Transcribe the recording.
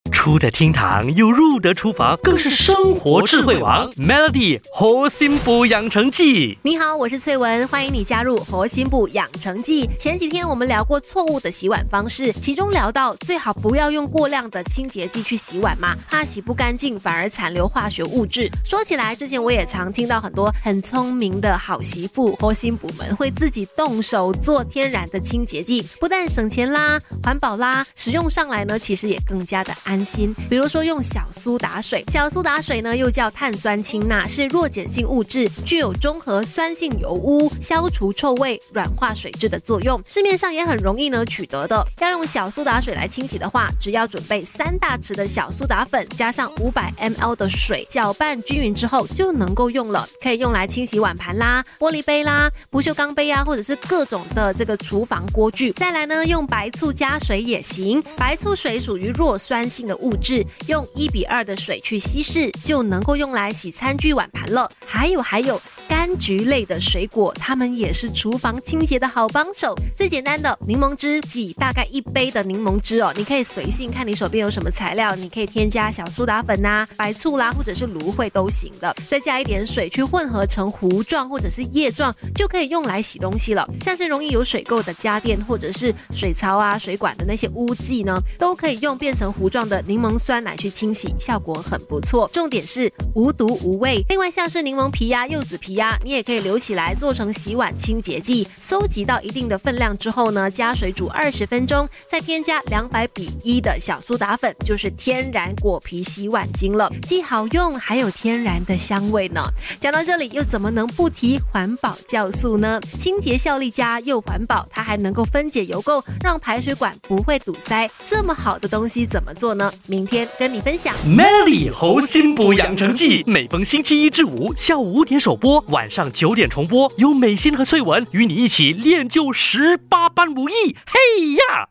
出得厅堂又入得厨房，更是生活智慧王。Melody 活心补养成记。 你好，我是翠文，欢迎你加入活心补养成记。前几天我们聊过错误的洗碗方式，其中聊到最好不要用过量的清洁剂去洗碗嘛，怕洗不干净反而残留化学物质。说起来，之前我也常听到很多很聪明的好媳妇活心补们会自己动手做天然的清洁剂，不但省钱啦、环保啦，使用上来呢其实也更加的安心。比如说用小苏打水，小苏打水呢又叫碳酸氢钠，是弱碱性物质，具有中和酸性油污、消除臭味、软化水质的作用，市面上也很容易呢取得的。要用小苏打水来清洗的话，只要准备3大匙的小苏打粉，加上500 ml 的水，搅拌均匀之后就能够用了。可以用来清洗碗盘啦、玻璃杯啦、不锈钢杯啊，或者是各种的这个厨房锅具。再来呢，用白醋加水也行，白醋水属于弱酸性的物质，用1:2的水去稀释，就能够用来洗餐具碗盘了。还有柑橘类的水果，它们也是厨房清洁的好帮手。最简单的柠檬汁，挤大概1杯的柠檬汁哦，你可以随性看你手边有什么材料，你可以添加小苏打粉啊、白醋啦，或者是芦荟都行的，再加一点水去混合成糊状或者是液状，就可以用来洗东西了。像是容易有水垢的家电或者是水槽啊、水管的那些污迹呢，都可以用变成糊状的柠檬酸来去清洗，效果很不错。重点是无毒无味。另外像是柠檬皮呀、柚子皮呀，你也可以留起来做成洗碗清洁剂。收集到一定的分量之后呢，加水煮20分钟，再添加200:1的小苏打粉，就是天然果皮洗碗精了，既好用还有天然的香味呢。讲到这里，又怎么能不提环保酵素呢？清洁效力佳又环保，它还能够分解油垢，让排水管不会堵塞。这么好的东西怎么做呢？明天跟你分享。 Melody 活心补养成记，每逢星期1至5下午5点首播，晚上9点重播，由美心和翠文与你一起练就18般武艺。嘿呀！